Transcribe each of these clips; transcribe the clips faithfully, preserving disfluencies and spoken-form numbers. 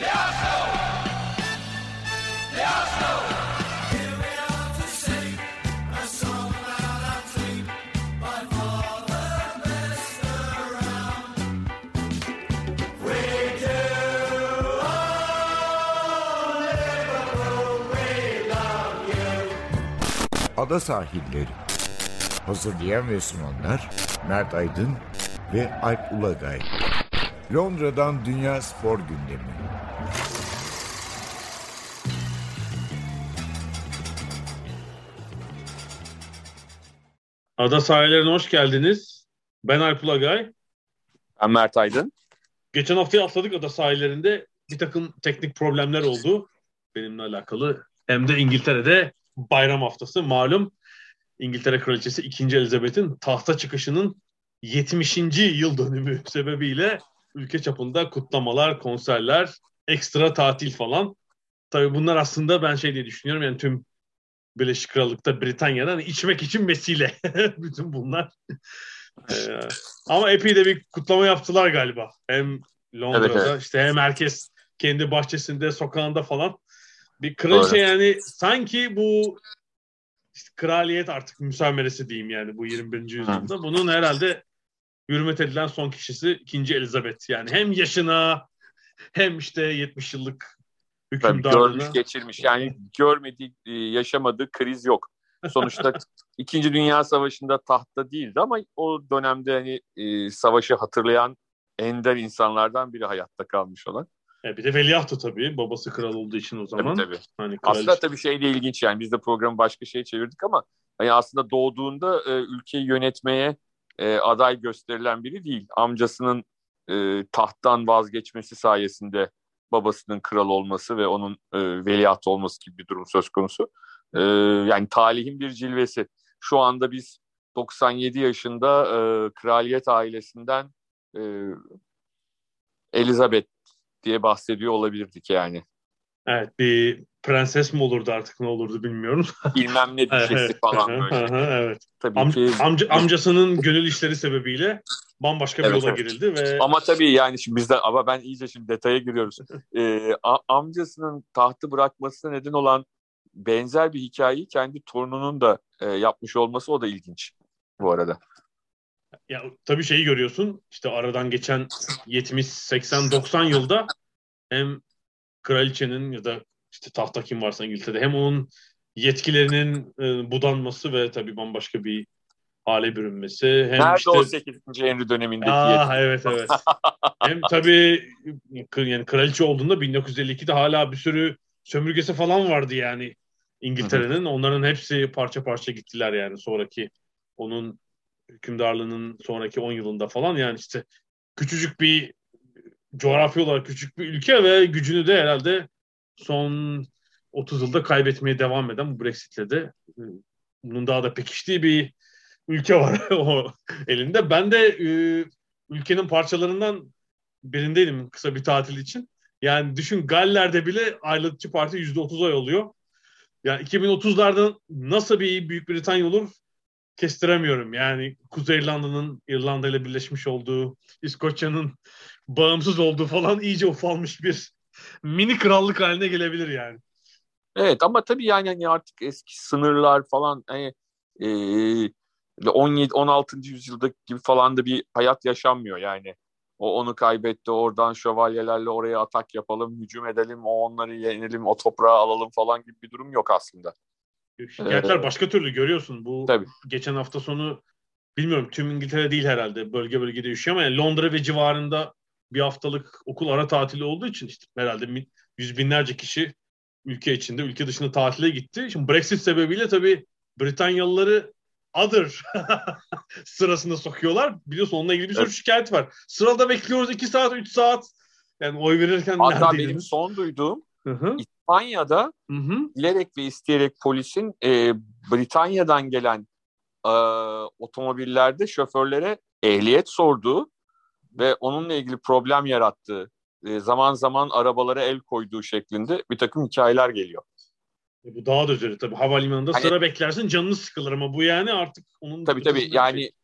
Ada Sahilleri. Hazırlayan ve sunanlar Mert Aydın ve Alp Ulagay. Londra'dan Dünya Spor Gündemi. Ada Sahillerine hoş geldiniz. Ben Alp Ulagay. Ben Mert Aydın. Geçen haftayı atladık Ada Sahillerinde. Bir takım teknik problemler oldu benimle alakalı. Hem de İngiltere'de bayram haftası malum. İngiltere Kraliçesi ikinci. Elizabeth'in tahta çıkışının yetmişinci yıl dönümü sebebiyle ülke çapında kutlamalar, konserler, ekstra tatil falan. Tabii bunlar aslında ben şey diye düşünüyorum, yani tüm Birleşik Krallık'ta, Britanya'da hani içmek için vesile. Bütün bunlar. ee, ama epey de bir kutlama yaptılar galiba. Hem Londra'da evet, evet. işte hem herkes kendi bahçesinde, sokağında falan. Bir kraliçe Doğru. yani sanki bu işte kraliyet artık müsameresi diyeyim yani bu yirmi birinci yüzyılda. Hı. Bunun herhalde hürmet edilen son kişisi ikinci. Elizabeth. Yani hem yaşına hem işte yetmiş yıllık hükümdarlığına. Görmüş geçirmiş. Yani görmediği, yaşamadığı kriz yok. Sonuçta İkinci Dünya Savaşı'nda tahtta değildi ama o dönemde hani e, savaşı hatırlayan ender insanlardan biri hayatta kalmış olan. E bir de veliahtı tabii. Babası kral olduğu için o zaman. Tabii tabii. Hani aslında tabii şey de ilginç, yani biz de programı başka şeye çevirdik ama hani aslında doğduğunda e, ülkeyi yönetmeye e, aday gösterilen biri değil. Amcasının e, tahttan vazgeçmesi sayesinde babasının kral olması ve onun e, veliaht olması gibi bir durum söz konusu. E, yani talihin bir cilvesi. Şu anda biz doksan yedi yaşında e, kraliyet ailesinden e, Elizabeth diye bahsediyor olabilirdik yani. Evet, bir prenses mi olurdu artık, ne olurdu bilmiyorum. Bilmem ne düşesi falan böyle. Evet. Tabii Am- ki... amca, amcasının gönül işleri sebebiyle bambaşka bir evet, yola evet. girildi ve... Ama tabii yani şimdi bizden, ama ben iyice şimdi detaya giriyoruz. ee, a- amcasının tahtı bırakmasına neden olan benzer bir hikayeyi kendi torununun da e, yapmış olması, o da ilginç bu arada. Ya tabii şeyi görüyorsun, işte aradan geçen yetmiş, seksen, doksan yılda hem kraliçenin ya da işte tahta kim varsa İngiltere'de hem onun yetkilerinin e, budanması ve tabii bambaşka bir hale bürünmesi. Hem Nerede işte... o sekizinci. Henry dönemindeki Aa, evet evet. Hem tabii yani kraliçe olduğunda bin dokuz yüz elli ikide hala bir sürü sömürgesi falan vardı yani İngiltere'nin. Onların hepsi parça parça gittiler yani sonraki onun hükümdarlığının sonraki on yılında falan. Yani işte küçücük bir coğrafi olarak küçük bir ülke ve gücünü de herhalde son otuz yılda kaybetmeye devam eden bu Brexit'le de bunun daha da pekiştiği bir ülke var o elinde. Ben de e, ülkenin parçalarından birindeydim kısa bir tatil için. Yani düşün, Galler'de bile ayrılıkçı parti yüzde otuz oy oluyor. Yani iki bin otuzlarda nasıl bir Büyük Britanya olur kestiremiyorum. Yani Kuzey İrlanda'nın İrlanda ile birleşmiş olduğu, İskoçya'nın bağımsız olduğu falan iyice ufalmış bir mini krallık haline gelebilir yani. Evet ama tabii yani hani artık eski sınırlar falan hani e, on yedi on altıncı yüzyılda gibi falan da bir hayat yaşanmıyor yani. O onu kaybetti, oradan şövalyelerle oraya atak yapalım, hücum edelim, o onları yenelim, o toprağı alalım falan gibi bir durum yok aslında. Şikayetler ee, başka türlü görüyorsun. Bu tabii. Geçen hafta sonu, bilmiyorum tüm İngiltere değil herhalde, bölge bölge değişiyor ama yani Londra ve civarında bir haftalık okul ara tatili olduğu için işte herhalde yüz binlerce kişi ülke içinde, ülke dışında tatile gitti. Şimdi Brexit sebebiyle tabii Britanyalıları other sırasında sokuyorlar. Biliyorsun onunla ilgili bir sürü evet. şikayet var. Sırada bekliyoruz iki saat, üç saat. Yani oy verirken hatta neredeydiniz? Benim son duyduğum Hı-hı. İspanya'da Hı-hı. bilerek ve isteyerek polisin e, Britanya'dan gelen e, otomobillerde şoförlere ehliyet sorduğu ve onunla ilgili problem yarattığı, e, zaman zaman arabalara el koyduğu şeklinde bir takım hikayeler geliyor. E bu daha da üzeri tabii. Havalimanında hani, sıra beklersin, canını sıkılır ama bu yani artık onun... Tabii tabii yani şey.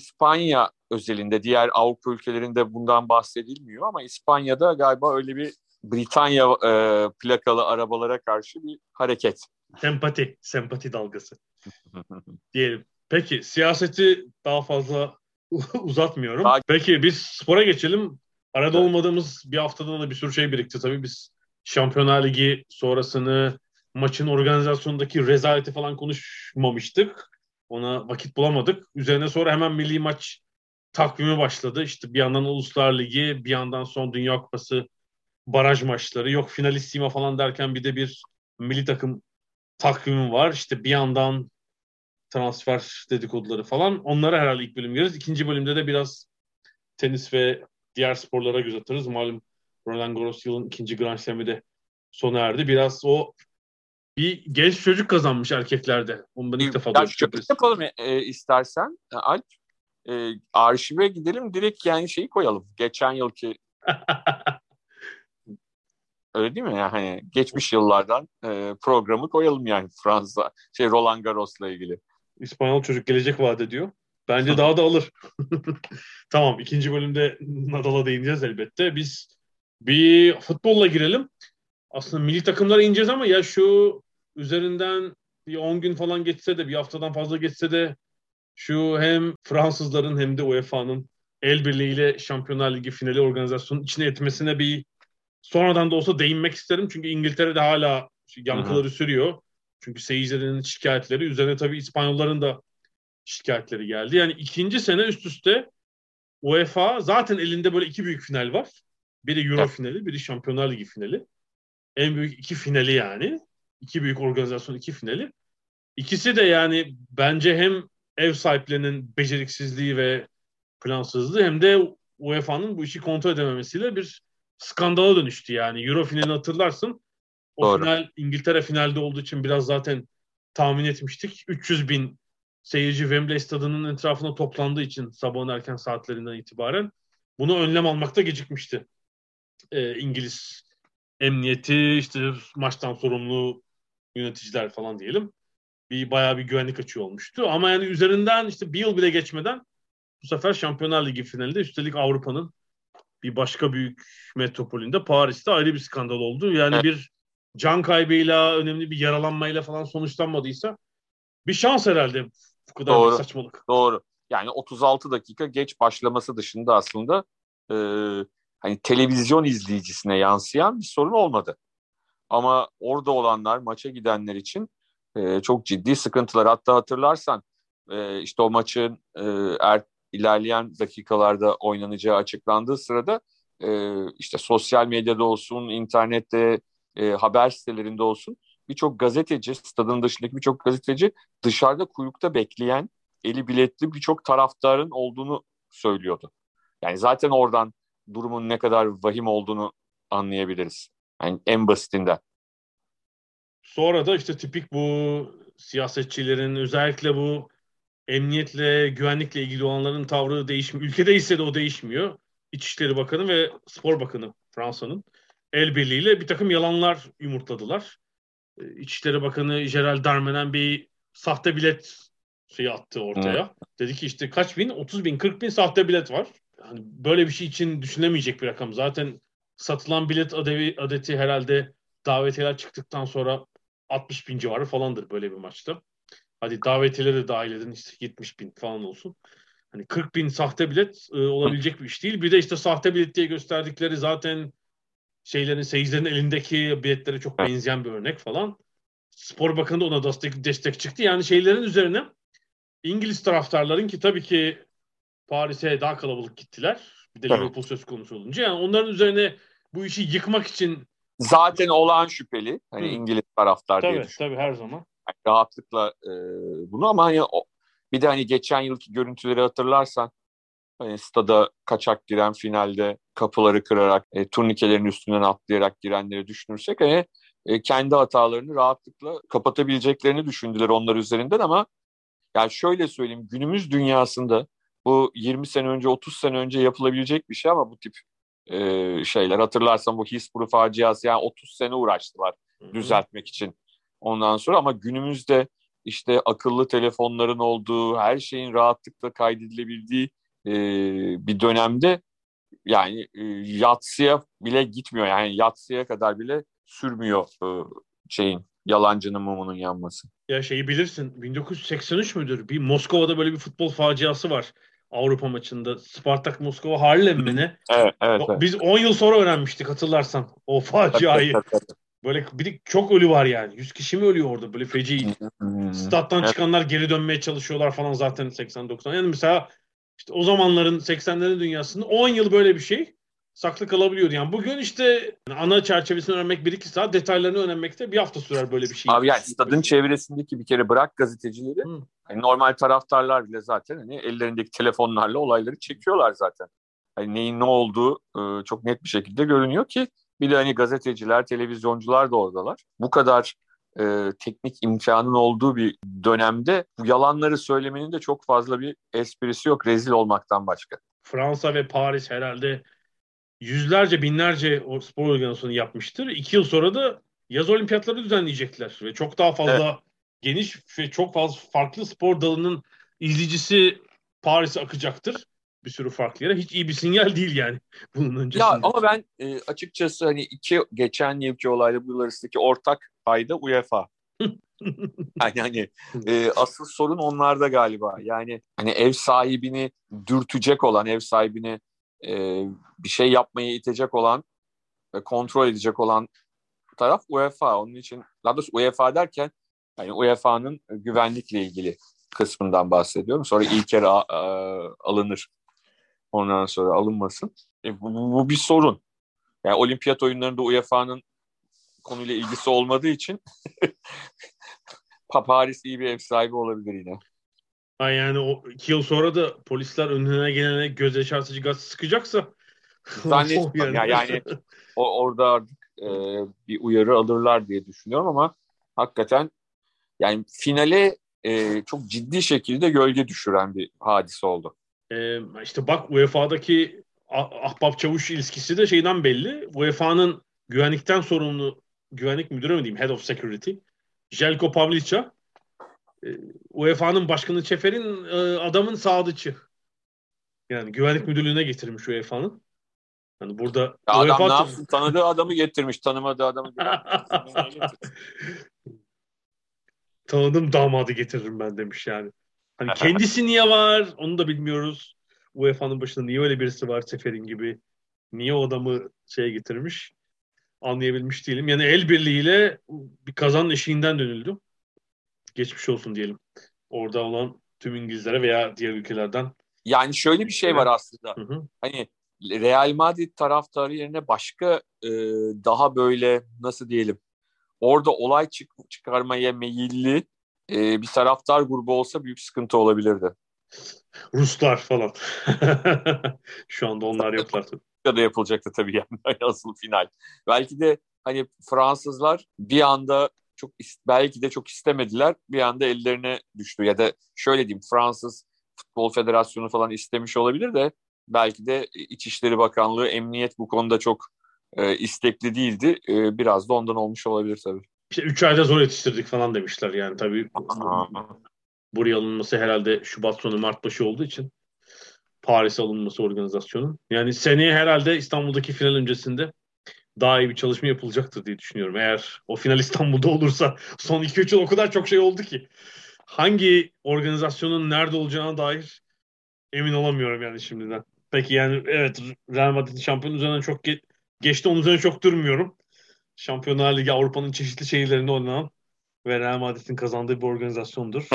İspanya özelinde, diğer Avrupa ülkelerinde bundan bahsedilmiyor ama İspanya'da galiba öyle bir Britanya e, plakalı arabalara karşı bir hareket. Sempati, sempati dalgası diyelim. Peki siyaseti daha fazla uzatmıyorum. Daha... Peki biz spora geçelim. Arada Evet. olmadığımız bir haftada da bir sürü şey birikti tabii. Biz Şampiyonlar Ligi sonrasını, maçın organizasyonundaki rezaleti falan konuşmamıştık. Ona vakit bulamadık. Üzerine sonra hemen milli maç takvimi başladı. İşte bir yandan Uluslar Ligi, bir yandan son Dünya Kupası baraj maçları. Yok finalissima falan derken bir de bir milli takım takvimi var. İşte bir yandan transfer dedikoduları falan. Onlara herhalde ilk bölüm gireriz. İkinci bölümde de biraz tenis ve diğer sporlara göz atarız. Malum Roland Garros yılın ikinci Grand Slam'i de sona erdi. Biraz o bir genç çocuk kazanmış erkeklerde. Ondan ilk defa Ya duyduk. şöyle yapalım e, istersen e, Alp. E, arşive gidelim direkt yani şeyi koyalım. Geçen yılki öyle değil mi? Yani hani geçmiş yıllardan e, programı koyalım yani Fransa şey Roland Garros'la ilgili. İspanyol çocuk gelecek vaat ediyor. Bence daha da alır. Tamam, ikinci bölümde Nadal'a değineceğiz elbette. Biz bir futbolla girelim. Aslında milli takımlara ineceğiz ama ya şu üzerinden bir on gün falan geçse de bir haftadan fazla geçse de şu hem Fransızların hem de U E F A'nın el birliğiyle Şampiyonlar Ligi finali organizasyonun içine etmesine bir sonradan da olsa değinmek isterim. Çünkü İngiltere'de hala yankıları hı hı. sürüyor. Çünkü seyircilerin şikayetleri üzerine tabii İspanyolların da şikayetleri geldi. Yani ikinci sene üst üste U E F A zaten elinde böyle iki büyük final var. Biri Euro evet. finali, biri Şampiyonlar Ligi finali. En büyük iki finali yani. İki büyük organizasyon iki finali. İkisi de yani bence hem ev sahiplerinin beceriksizliği ve plansızlığı hem de U E F A'nın bu işi kontrol edememesiyle bir skandala dönüştü yani. Euro finalini hatırlarsın. O Doğru. final İngiltere finalde olduğu için biraz zaten tahmin etmiştik. üç yüz bin seyirci Wembley stadının etrafına toplandığı için sabahın erken saatlerinden itibaren bunu önlem almakta gecikmişti. Ee, İngiliz emniyeti, işte maçtan sorumlu yöneticiler falan diyelim. Bir bayağı bir güvenlik açığı olmuştu. Ama yani üzerinden işte bir yıl bile geçmeden bu sefer Şampiyonlar Ligi finalinde üstelik Avrupa'nın bir başka büyük metropolünde Paris'te ayrı bir skandal oldu. Yani evet. bir can kaybıyla, önemli bir yaralanmayla falan sonuçlanmadıysa bir şans herhalde. Bu kadar doğru, bir saçmalık. Doğru. Yani otuz altı dakika geç başlaması dışında aslında e, hani televizyon izleyicisine yansıyan bir sorun olmadı. Ama orada olanlar, maça gidenler için e, çok ciddi sıkıntılar. Hatta hatırlarsan e, işte o maçın e, er, ilerleyen dakikalarda oynanacağı açıklandığı sırada e, işte sosyal medyada olsun, internette, e, haber sitelerinde olsun birçok gazeteci, stadın dışındaki birçok gazeteci dışarıda kuyrukta bekleyen, eli biletli birçok taraftarın olduğunu söylüyordu. Yani zaten oradan durumun ne kadar vahim olduğunu anlayabiliriz. Yani en basitinden. Sonra da işte tipik bu siyasetçilerin, özellikle bu emniyetle, güvenlikle ilgili olanların tavrı değişmiyor. Ülkede ise de o değişmiyor. İçişleri Bakanı ve Spor Bakanı Fransa'nın el birliğiyle bir takım yalanlar yumurtladılar. İçişleri Bakanı Gérald Darmanin bir sahte bilet şeyi attı ortaya. Hmm. Dedi ki işte kaç bin? otuz bin, kırk bin sahte bilet var. Yani böyle bir şey için düşünülemeyecek bir rakam. Zaten satılan bilet adevi, adeti herhalde davetiyeler çıktıktan sonra altmış bin civarı falandır böyle bir maçta. Hadi davetiyeleri de dahil edin işte yetmiş bin falan olsun. Hani kırk bin sahte bilet e, olabilecek bir iş değil. Bir de işte sahte bilet diye gösterdikleri zaten şeylerin, seyircilerin elindeki biletlere çok benzeyen bir örnek falan. Spor Bakanı da ona destek, destek çıktı. Yani şeylerin üzerine İngiliz taraftarların ki tabii ki Paris'e daha kalabalık gittiler. Bir de Liverpool söz konusu olunca. Yani onların üzerine bu işi yıkmak için zaten olağan şüpheli. Hani Hı. İngiliz taraftar tabii, diye düşünüyorum. Tabii her zaman. Yani rahatlıkla e, bunu ama hani o, bir de hani geçen yılki görüntüleri hatırlarsan hani stada kaçak giren, finalde kapıları kırarak e, turnikelerin üstünden atlayarak girenleri düşünürsek hani e, kendi hatalarını rahatlıkla kapatabileceklerini düşündüler onlar üzerinden ama yani şöyle söyleyeyim, günümüz dünyasında bu yirmi sene önce, otuz sene önce yapılabilecek bir şey ama bu tip e, şeyler hatırlarsan bu Hillsborough faciası yani otuz sene uğraştılar Hı-hı. düzeltmek için. Ondan sonra ama günümüzde işte akıllı telefonların olduğu, her şeyin rahatlıkla kaydedilebildiği e, bir dönemde yani e, yatsıya bile gitmiyor. Yani yatsıya kadar bile sürmüyor e, şeyin yalancının mumunun yanması. Ya şeyi bilirsin, bin dokuz yüz seksen üç müdür? Bir Moskova'da böyle bir futbol faciası var Avrupa maçında. Spartak Moskova Harlem mi ne? Evet, evet, evet. Biz on yıl sonra öğrenmiştik, hatırlarsan o faciayı. Evet, evet, evet. Böyle bir de çok ölü var yani. yüz kişi mi ölüyor orada? Böyle feci. Stat'tan Evet. çıkanlar geri dönmeye çalışıyorlar falan zaten seksen doksan. Yani mesela işte o zamanların seksenlerin dünyasında on yıl böyle bir şey saklı kalabiliyordu. Yani bugün işte ana çerçevesini öğrenmek bir iki saat, detaylarını öğrenmekte bir hafta sürer böyle bir şey. Abi yani stadın çevresindeki bir kere bırak gazetecileri. Yani normal taraftarlar bile zaten hani ellerindeki telefonlarla olayları çekiyorlar zaten. Hani neyin ne olduğu e, çok net bir şekilde görünüyor ki bir de hani gazeteciler, televizyoncular da oradalar. Bu kadar e, teknik imkanın olduğu bir dönemde bu yalanları söylemenin de çok fazla bir esprisi yok. Rezil olmaktan başka. Fransa ve Paris herhalde yüzlerce, binlerce o spor organizasyonu yapmıştır. İki yıl sonra da yaz olimpiyatları düzenleyecekler. Ve çok daha fazla evet. geniş ve çok fazla farklı spor dalının izleyicisi Paris'e akacaktır. Bir sürü farklı yere. Hiç iyi bir sinyal değil yani bunun öncesinde. Ya ama ben e, açıkçası hani iki geçen yılki olayla bu yıl arasındaki ortak payda UEFA. Yani hani e, asıl sorun onlarda galiba. Yani hani ev sahibini dürtecek olan, ev sahibini e, bir şey yapmaya itecek olan ve kontrol edecek olan taraf UEFA. Onun için daha doğrusu UEFA derken yani U E F A'nın güvenlikle ilgili kısmından bahsediyorum. Sonra ilk kere a, a, alınır. Ondan sonra alınmasın. E, bu, bu bir sorun. Yani olimpiyat oyunlarında U E F A'nın konuyla ilgisi olmadığı için Paris iyi bir ev sahibi olabilir yine. Ha yani o iki yıl sonra da polisler önüne gelene göz yaşartıcı gaz sıkacaksa zannetmiyorum. yani, yani o, orada artık e, bir uyarı alırlar diye düşünüyorum ama hakikaten yani finale e, çok ciddi şekilde gölge düşüren bir hadise oldu. Ee, işte bak U E F A'daki ahbap çavuş ilişkisi de şeyden belli. U E F A'nın güvenlikten sorumlu güvenlik müdürü mü diyeyim, Head of Security, Jelko Pavlica, e, U E F A'nın başkanı Çefer'in e, adamın sadıçı. Yani güvenlik müdürlüğüne getirmiş U E F A'nın. Yani burada ya adam U E F A ne yapsın? Tanıdığı adamı getirmiş, tanımadığı adamı tanıdığım damadı getiririm ben demiş yani. Hani kendisi niye var onu da bilmiyoruz. U E F A'nın başında niye öyle birisi var Seferin gibi? Niye o adamı şeye getirmiş? Anlayabilmiş değilim. Yani el birliğiyle bir kazanın eşiğinden dönüldü. Geçmiş olsun diyelim. Orada olan tüm İngilizlere veya diğer ülkelerden. Yani şöyle bir şey var aslında. Hı hı. Hani Real Madrid taraftarı yerine başka e, daha böyle nasıl diyelim orada olay çık çıkarmaya meyilli e, bir taraftar grubu olsa büyük sıkıntı olabilirdi. Ruslar falan. Şu anda onlar yoklar tabii. Ya da yapılacaktı tabii yani asıl final. Belki de hani Fransızlar bir anda çok belki de çok istemediler. Bir anda ellerine düştü ya da şöyle diyeyim Fransız Futbol Federasyonu falan istemiş olabilir de belki de İçişleri Bakanlığı, Emniyet bu konuda çok e, istekli değildi. E, biraz da ondan olmuş olabilir tabii. İşte üç ayda zor yetiştirdik falan demişler yani tabii. Buraya alınması herhalde Şubat sonu Mart başı olduğu için Paris'e alınması organizasyonun. Yani seneye herhalde İstanbul'daki final öncesinde daha iyi bir çalışma yapılacaktır diye düşünüyorum. Eğer o final İstanbul'da olursa son iki üç yıl o kadar çok şey oldu ki. Hangi organizasyonun nerede olacağına dair emin olamıyorum yani şimdiden. Peki yani evet Real Madrid'in şampiyon üzerinden çok ge- geçti. Onun üzerine çok durmuyorum. Şampiyonlar Ligi Avrupa'nın çeşitli şehirlerinde oynanan ve Real Madrid'in kazandığı bir organizasyondur.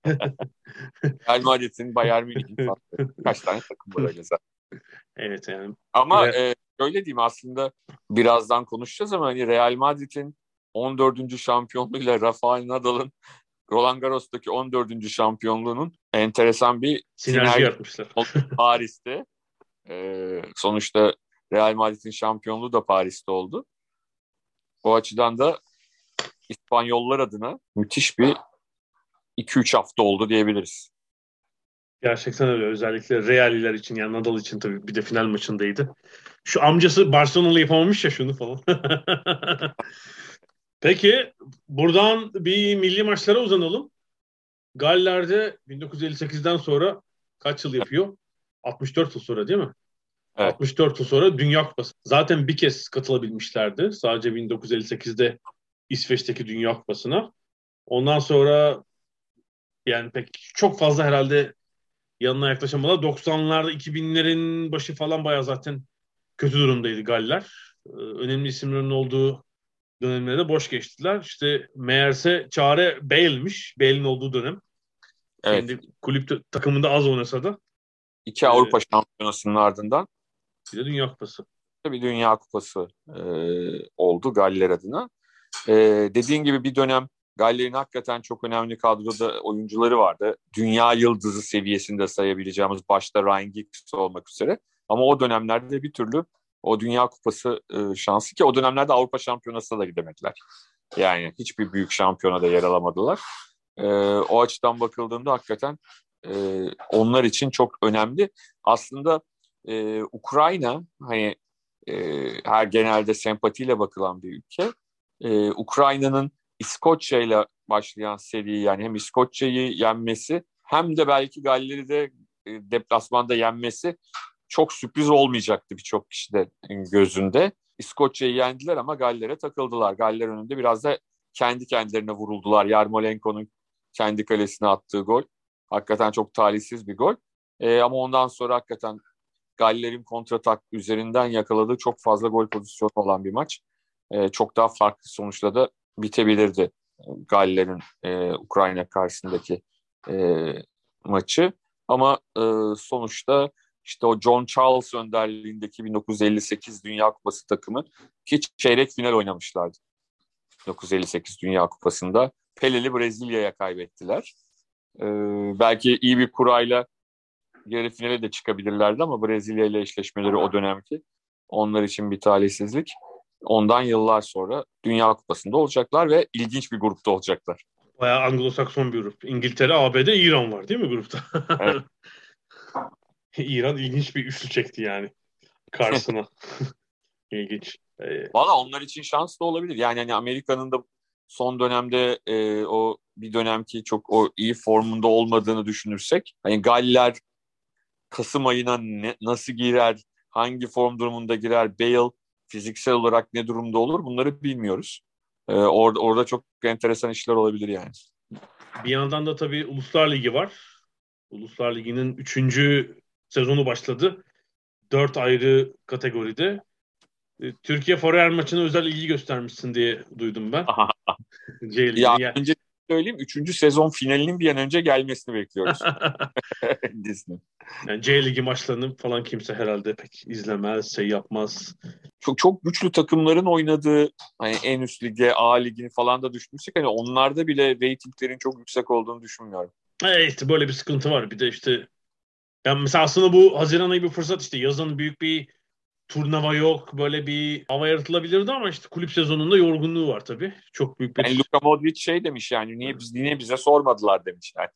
Real Madrid'in, Bayern Münih'in farklı. Kaç tane takım var öyle zaten. Evet yani. Ama e, şöyle diyeyim aslında birazdan konuşacağız ama hani Real Madrid'in on dördüncü şampiyonluğuyla Rafael Nadal'ın Roland Garros'taki on dördüncü şampiyonluğunun enteresan bir sinerji yapmışlar. Paris'te. Ee, sonuçta Real Madrid'in şampiyonluğu da Paris'te oldu. O açıdan da İspanyollar adına müthiş bir iki üç hafta oldu diyebiliriz. Gerçekten öyle. Özellikle Real'liler için yani Nadal için tabii bir de final maçındaydı. Şu amcası Barcelona'lı yapamamış ya şunu falan. Peki buradan bir milli maçlara uzanalım. Galler'de bin dokuz yüz elli sekizden sonra kaç yıl yapıyor? altmış dört yıl sonra değil mi? Evet. altmış dört yıl sonra Dünya Kupası. Zaten bir kez katılabilmişlerdi. Sadece bin dokuz yüz elli sekizde İsveç'teki Dünya Kupası'na. Ondan sonra yani pek çok fazla herhalde yanına yaklaşamadılar. doksanlarda iki binlerin başı falan bayağı zaten kötü durumdaydı Galler. Ee, önemli isimlerin olduğu dönemlerde boş geçtiler. İşte meğerse çare Bale'miş. Bale'in olduğu dönem. Evet. Kendi kulüp takımında az oynasa da. İki Ee, Avrupa Şampiyonası'nın ardından Bir de Dünya Kupası. bir Dünya Kupası e, oldu Galler adına. E, dediğin gibi bir dönem Galler'in hakikaten çok önemli kadroda oyuncuları vardı. Dünya yıldızı seviyesinde sayabileceğimiz başta Ryan Giggs olmak üzere. Ama o dönemlerde bir türlü o Dünya Kupası e, şansı ki o dönemlerde Avrupa Şampiyonası'na da gidemediler. Yani hiçbir büyük şampiyonada yer alamadılar. E, o açıdan bakıldığında hakikaten e, onlar için çok önemli. Aslında e, Ukrayna hani e, her genelde sempatiyle bakılan bir ülke. E, Ukrayna'nın İskoçya ile başlayan seri yani hem İskoçya'yı yenmesi hem de belki Galler'i de e, deplasmanda yenmesi çok sürpriz olmayacaktı birçok kişi de gözünde. İskoçya'yı yendiler ama Galler'e takıldılar. Galler önünde biraz da kendi kendilerine vuruldular. Yarmolenko'nun kendi kalesine attığı gol. Hakikaten çok talihsiz bir gol. E, ama ondan sonra hakikaten Galler'in kontratak üzerinden yakaladığı çok fazla gol pozisyonu olan bir maç. E, çok daha farklı sonuçla da bitebilirdi Galler'in e, Ukrayna karşısındaki e, maçı. Ama e, sonuçta işte o John Charles önderliğindeki bin dokuz yüz elli sekiz Dünya Kupası takımı ki çeyrek final oynamışlardı. bin dokuz yüz elli sekiz Dünya Kupası'nda Peleli Brezilya'ya kaybettiler. E, belki iyi bir kurayla yarı finale de çıkabilirlerdi ama Brezilya ile eşleşmeleri o dönemki onlar için bir talihsizlik. Ondan yıllar sonra Dünya Kupası'nda olacaklar ve ilginç bir grupta olacaklar. Bayağı Anglo-Sakson bir grup. İngiltere, A B D, İran var değil mi grupta? Evet. İran ilginç bir üçlü çekti yani karşısına. İlginç. Ee, Valla onlar için şans da olabilir. Yani hani Amerika'nın da son dönemde e, o bir dönemki çok o iyi formunda olmadığını düşünürsek hani Galler Kasım ayına ne, nasıl girer, hangi form durumunda girer, Bale fiziksel olarak ne durumda olur bunları bilmiyoruz. Ee, orada, orada çok enteresan işler olabilir yani. Bir yandan da tabii Uluslar Ligi var. Uluslar Ligi'nin üçüncü sezonu başladı. Dört ayrı kategoride. Ee, Türkiye Forvet maçına özel ilgi göstermişsin diye duydum ben. C Ligi'ne Ya gel. önce söyleyeyim üçüncü sezon finalinin bir an önce gelmesini bekliyoruz. Disney. Yani C Ligi maçlarını falan kimse herhalde pek izlemez, şey yapmaz. Çok çok güçlü takımların oynadığı hani en üst lige, A ligini falan da düşünmüştük. Hani onlarda bile reytinglerin çok yüksek olduğunu düşünmüyorum. Evet işte böyle bir sıkıntı var. Bir de işte yani mesela aslında bu Haziran ayı bir fırsat işte yazın büyük bir turnuva yok. Böyle bir hava yaratılabilirdi ama işte kulüp sezonunda yorgunluğu var tabii. Çok büyük bir... Yani Luka Modric şey demiş yani niye biz niye bize sormadılar demiş yani.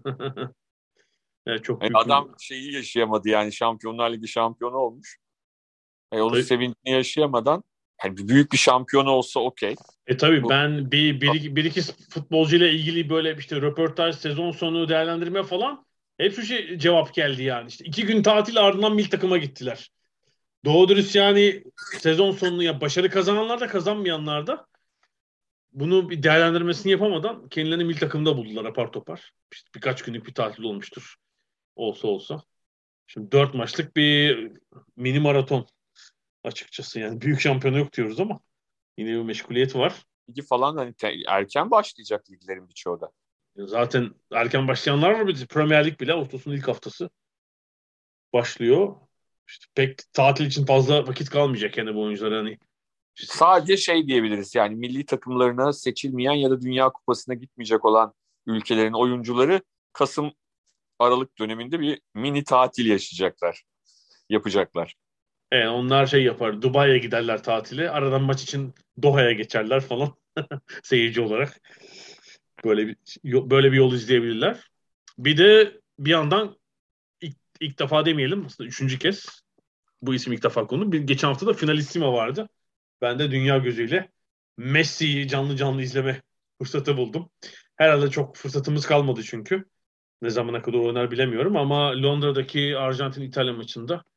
Evet, çok Yani büyük adam bir... şeyi yaşayamadı yani Şampiyonlar Ligi şampiyonu olmuş. Yani onun Tabii. sevincini yaşayamadan yani büyük bir şampiyonu olsa okey. E tabii Bu... ben bir, bir, iki, bir iki futbolcuyla ilgili böyle işte röportaj, sezon sonu değerlendirme falan hep şu şey cevap geldi yani. İşte iki gün tatil ardından milli takıma gittiler. Doğru dürüst yani sezon sonunu ya başarı kazananlar da kazanmayanlar da bunu bir değerlendirmesini yapamadan kendilerini milli takımda buldular apar topar. İşte birkaç günlük bir tatil olmuştur. Olsa olsa. Şimdi dört maçlık bir mini maraton açıkçası. Yani büyük şampiyonu yok diyoruz ama yine bir meşguliyet var. Ligi falan hani te- erken başlayacak liglerin birçoğu da. Zaten erken başlayanlar var. Bir Premier Lig bile Ağustos'un ilk haftası başlıyor. İşte pek tatil için fazla vakit kalmayacak yani bu oyuncular hani. İşte Sadece şey diyebiliriz yani milli takımlarına seçilmeyen ya da Dünya Kupası'na gitmeyecek olan ülkelerin oyuncuları Kasım Aralık döneminde bir mini tatil yaşayacaklar. Yapacaklar. yani onlar şey yapar. Dubai'ye giderler tatile. Aradan maç için Doha'ya geçerler falan. Seyirci olarak. Böyle bir böyle bir yol izleyebilirler. Bir de bir yandan ilk, ilk defa demeyelim aslında üçüncü kez bu isim ilk defa konu. Bir, geçen hafta da Finalissima vardı. Ben de dünya gözüyle Messi'yi canlı canlı izleme fırsatı buldum. Herhalde çok fırsatımız kalmadı çünkü. Ne zamana kadar oynar bilemiyorum ama Londra'daki Arjantin-İtalya maçında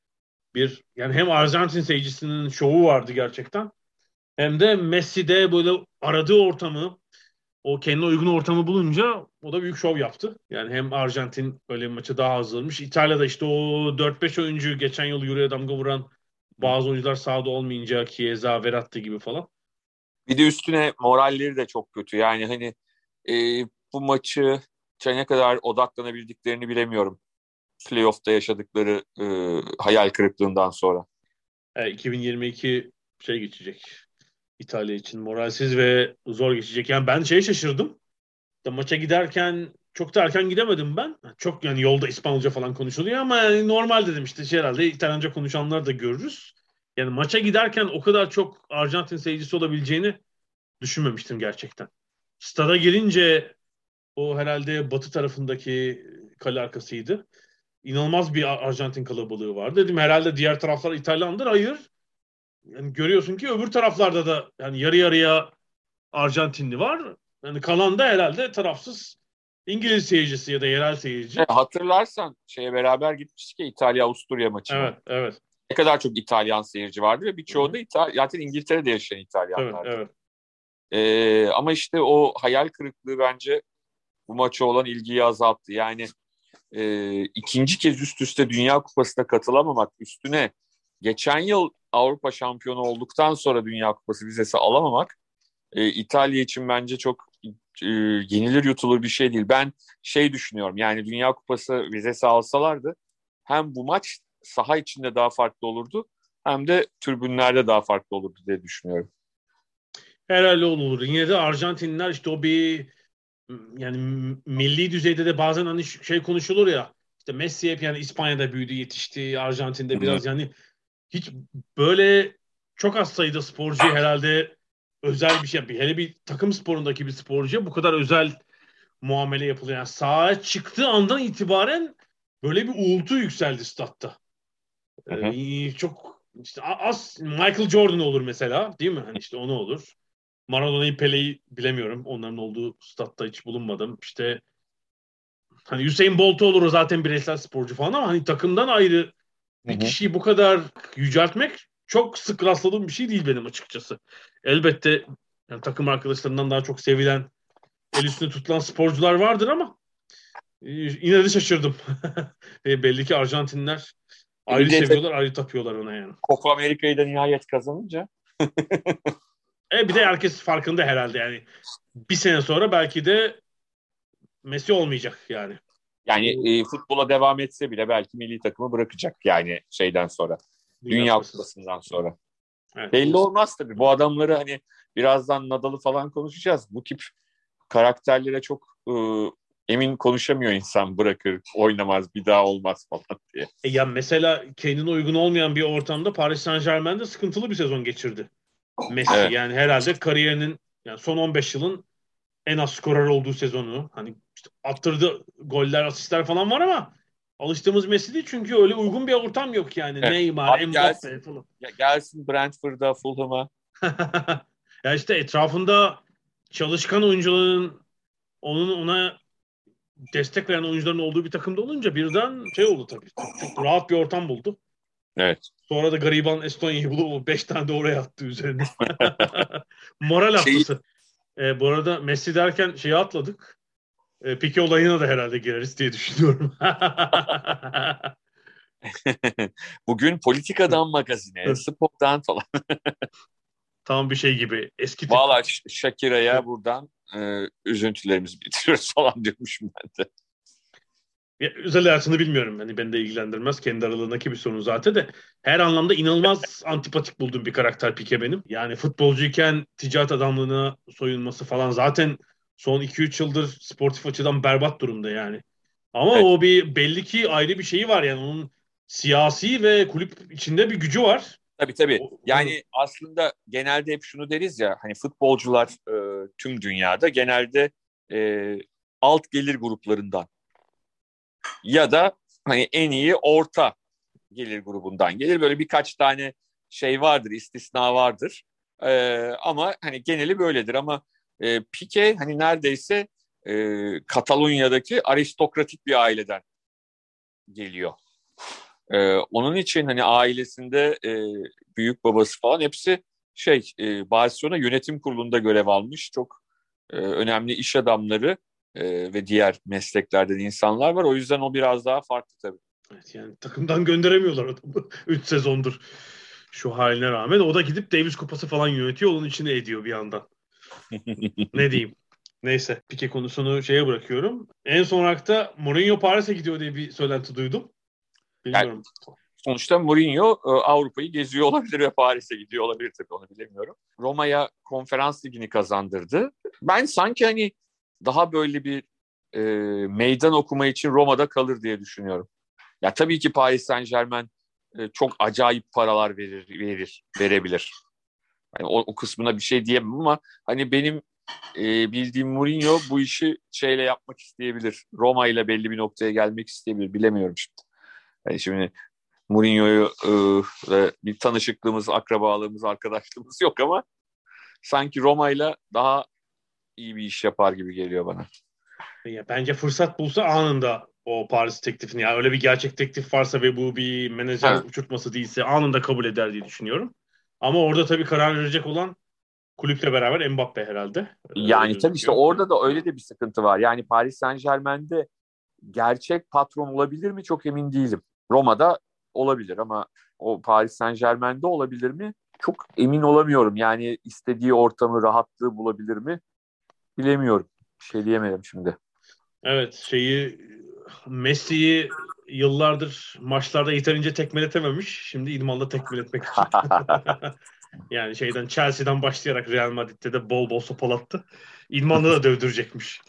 bir yani hem Arjantin seyircisinin şovu vardı gerçekten. Hem de Messi'de böyle aradığı ortamı, o kendine uygun ortamı bulunca o da büyük şov yaptı. Yani hem Arjantin öyle bir maçı daha hazırlamış. İtalya'da işte o dört beş oyuncu geçen yıl Euro'ya damga vuran bazı oyuncular sahada olmayınca Chiesa, Verratti gibi falan. Bir de üstüne moralleri de çok kötü. Yani hani e, bu maçı ne kadar odaklanabildiklerini bilemiyorum. Playoff'ta yaşadıkları e, hayal kırıklığından sonra. E, iki bin yirmi iki şey geçecek. İtalya için moralsiz ve zor geçecek. Yani ben şeye şaşırdım. Da maça giderken çok da erken gidemedim ben. Çok yani yolda İspanyolca falan konuşuluyor ama yani normal dedim işte şey herhalde İtalyanca konuşanları da görürüz. Yani maça giderken o kadar çok Arjantin seyircisi olabileceğini düşünmemiştim gerçekten. Stada girince o herhalde batı tarafındaki kale arkasıydı. İnanılmaz bir Arjantin kalabalığı vardı. Dedim herhalde diğer taraflar İtalyandır. Hayır. Yani görüyorsun ki öbür taraflarda da yani yarı yarıya Arjantinli var. Yani kalan da herhalde tarafsız İngiliz seyircisi ya da yerel seyirci. E, hatırlarsan şeye beraber gitmiştik ya İtalya-Avusturya maçına. Evet, evet. Ne kadar çok İtalyan seyirci vardı ve birçoğu da İtal- zaten İngiltere'de yaşayan İtalyanlardı. Evet, evet. E, ama işte o hayal kırıklığı bence bu maça olan ilgiyi azalttı. Yani e, ikinci kez üst üste Dünya Kupası'na katılamamak, üstüne geçen yıl Avrupa şampiyonu olduktan sonra Dünya Kupası vizesi alamamak e, İtalya için bence çok e, yenilir yutulur bir şey değil. Ben şey düşünüyorum, yani Dünya Kupası vizesi alsalardı hem bu maç saha içinde daha farklı olurdu hem de tribünlerde daha farklı olurdu diye düşünüyorum. Herhalde olur. Yine de Arjantinliler işte o bir yani milli düzeyde de bazen hani şey konuşulur ya işte Messi hep yani İspanya'da büyüdü, yetişti, Arjantin'de biraz yani hiç böyle çok az sayıda sporcu herhalde özel bir şey. Hele bir takım sporundaki bir sporcuya bu kadar özel muamele yapılıyor. Yani sahaya çıktığı andan itibaren böyle bir uğultu yükseldi statta. Ee, çok işte az Michael Jordan olur mesela değil mi? Hani işte onu olur. Maradona'yı Pele'yi bilemiyorum. Onların olduğu statta hiç bulunmadım. İşte hani Usain Bolt olur o zaten bireysel sporcu falan ama hani takımdan ayrı bir kişiyi bu kadar yüceltmek çok sık rastladığım bir şey değil benim açıkçası. Elbette yani takım arkadaşlarından daha çok sevilen, el üstünde tutulan sporcular vardır ama e, yine de şaşırdım. E, belli ki Arjantinler ayrı seviyorlar, ayrı tapıyorlar ona yani. Copa Amerika'yı da nihayet kazanınca. E, bir de herkes farkında herhalde yani. Bir sene sonra belki de Messi olmayacak yani. Yani e, futbola devam etse bile belki milli takımı bırakacak yani şeyden sonra. Dünya, Dünya Kupası'ndan sonra. Evet. Belli olmaz tabii. Bu adamları hani birazdan Nadal'ı falan konuşacağız. Bu tip karakterlere çok e, emin konuşamıyor insan, bırakır, oynamaz, bir daha olmaz falan diye. E ya mesela kendine uygun olmayan bir ortamda Paris Saint-Germain'de sıkıntılı bir sezon geçirdi. Messi evet. Yani herhalde kariyerinin yani son on beş yılın en az skorer olduğu sezonu. Hani işte attırdı goller, asistler falan var ama alıştığımız Messi değil çünkü öyle uygun bir ortam yok yani. Evet. Neymar, Mbappe falan. Gelsin Brentford'a, Fulham'a. Ya işte etrafında çalışkan oyuncuların onun ona destek veren oyuncuların olduğu bir takımda olunca birden şey oldu tabii. Çok, çok rahat bir ortam buldu. Evet. Sonra da gariban Estonya'yı bulup beş tane de oraya attı üzerine. Moral hastası. Şey... E, bu arada Messi derken şeyi atladık. E, Pique olayına da herhalde gireriz diye düşünüyorum. Bugün Politika'dan magazine, Spor'dan falan. Tam bir şey gibi. Eski Valla Shakira'ya buradan e, üzüntülerimizi bitiriyoruz falan diyormuşum ben de. Ya, özel hayatını bilmiyorum. Hani beni de ilgilendirmez. Kendi aralığındaki bir sorun zaten de. Her anlamda inanılmaz antipatik bulduğum bir karakter Pique benim. Yani futbolcuyken ticaret adamlığına soyunması falan zaten son iki üç yıldır sportif açıdan berbat durumda yani. Ama evet. O bir belli ki ayrı bir şeyi var yani. Onun siyasi ve kulüp içinde bir gücü var. Tabii tabii. Yani o, aslında genelde hep şunu deriz ya, hani futbolcular e, tüm dünyada genelde e, alt gelir gruplarından ya da hani en iyi orta gelir grubundan gelir. Böyle birkaç tane şey vardır, istisna vardır. E, ama hani geneli böyledir. Ama e, Pique hani neredeyse e, Katalonya'daki aristokratik bir aileden geliyor. Ee, onun için hani ailesinde e, büyük babası falan hepsi şey e, Barcelona yönetim kurulunda görev almış. Çok e, önemli iş adamları e, ve diğer mesleklerden insanlar var. O yüzden o biraz daha farklı tabii. Evet, yani takımdan gönderemiyorlar adamı. üç sezondur şu haline rağmen. O da gidip Davis Kupası falan yönetiyor. Onun içine ediyor bir yandan. Ne diyeyim? Neyse. Pique konusunu şeye bırakıyorum. En son olarak da Mourinho Paris'e gidiyor diye bir söylenti duydum. Bilmiyorum. Yani, sonuçta Mourinho Avrupa'yı geziyor olabilir ve Paris'e gidiyor olabilir tabii, onu bilemiyorum. Roma'ya Konferans Ligi'ni kazandırdı. Ben sanki hani daha böyle bir e, meydan okuma için Roma'da kalır diye düşünüyorum. Ya tabii ki Paris Saint-Germain e, çok acayip paralar verir, verir, verebilir. Yani o, o kısmına bir şey diyemem ama hani benim e, bildiğim Mourinho bu işi şeyle yapmak isteyebilir. Roma ile belli bir noktaya gelmek isteyebilir. Bilemiyorum şimdi. Yani şimdi Mourinho'yu e, bir tanışıklığımız, akrabalığımız, arkadaşlığımız yok ama sanki Roma ile daha iyi bir iş yapar gibi geliyor bana. Ya, bence fırsat bulsa anında o Paris teklifini, yani öyle bir gerçek teklif varsa ve bu bir menajer Ha. uçurtması değilse anında kabul eder diye düşünüyorum. Ama orada tabii karar verecek olan kulüple beraber Mbappe herhalde. Yani tabii işte orada da öyle de bir sıkıntı var. Yani Paris Saint-Germain'de gerçek patron olabilir mi çok emin değilim. Roma'da olabilir ama o Paris Saint-Germain'de olabilir mi? Çok emin olamıyorum. Yani istediği ortamı, rahatlığı bulabilir mi? Bilemiyorum. Bir şey diyemedim şimdi. Evet, şeyi Messi'yi yıllardır maçlarda yeterince tekmeletememiş. Şimdi idmanda tekmeletmek için. Yani şeyden Chelsea'den başlayarak Real Madrid'de de bol bol sopalattı. İdmanda da dövdürecekmiş.